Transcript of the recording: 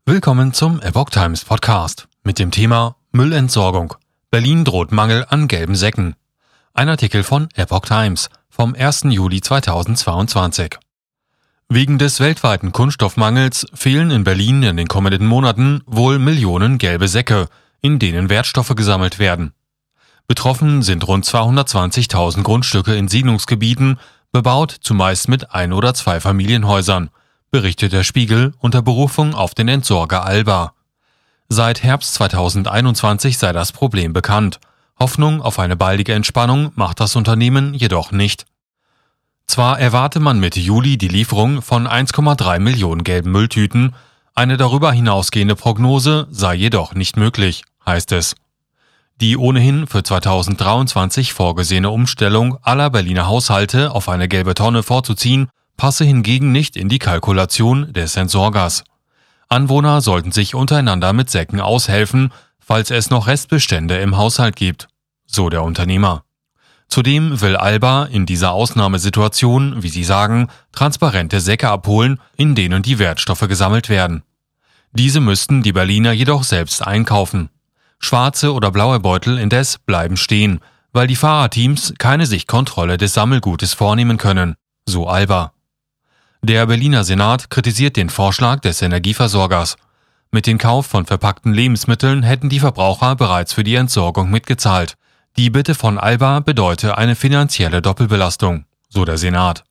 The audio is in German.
Willkommen zum Epoch Times Podcast mit dem Thema Müllentsorgung. Berlin droht Mangel an gelben Säcken. Ein Artikel von Epoch Times vom 1. Juli 2022. Wegen des weltweiten Kunststoffmangels fehlen in Berlin in den kommenden Monaten wohl Millionen gelbe Säcke, in denen Wertstoffe gesammelt werden. Betroffen sind rund 220.000 Grundstücke in Siedlungsgebieten, bebaut zumeist mit ein- oder zwei Familienhäusern, berichtet der Spiegel unter Berufung auf den Entsorger Alba. Seit Herbst 2021 sei das Problem bekannt. Hoffnung auf eine baldige Entspannung macht das Unternehmen jedoch nicht. Zwar erwarte man Mitte Juli die Lieferung von 1,3 Millionen gelben Mülltüten, eine darüber hinausgehende Prognose sei jedoch nicht möglich, heißt es. Die ohnehin für 2023 vorgesehene Umstellung aller Berliner Haushalte auf eine gelbe Tonne vorzuziehen, passe hingegen nicht in die Kalkulation des Entsorgers. Anwohner sollten sich untereinander mit Säcken aushelfen, falls es noch Restbestände im Haushalt gibt, so der Unternehmer. Zudem will Alba in dieser Ausnahmesituation, wie sie sagen, transparente Säcke abholen, in denen die Wertstoffe gesammelt werden. Diese müssten die Berliner jedoch selbst einkaufen. Schwarze oder blaue Beutel indes bleiben stehen, weil die Fahrerteams keine Sichtkontrolle des Sammelgutes vornehmen können, so Alba. Der Berliner Senat kritisiert den Vorschlag des Energieversorgers. Mit dem Kauf von verpackten Lebensmitteln hätten die Verbraucher bereits für die Entsorgung mitgezahlt. Die Bitte von Alba bedeute eine finanzielle Doppelbelastung, so der Senat.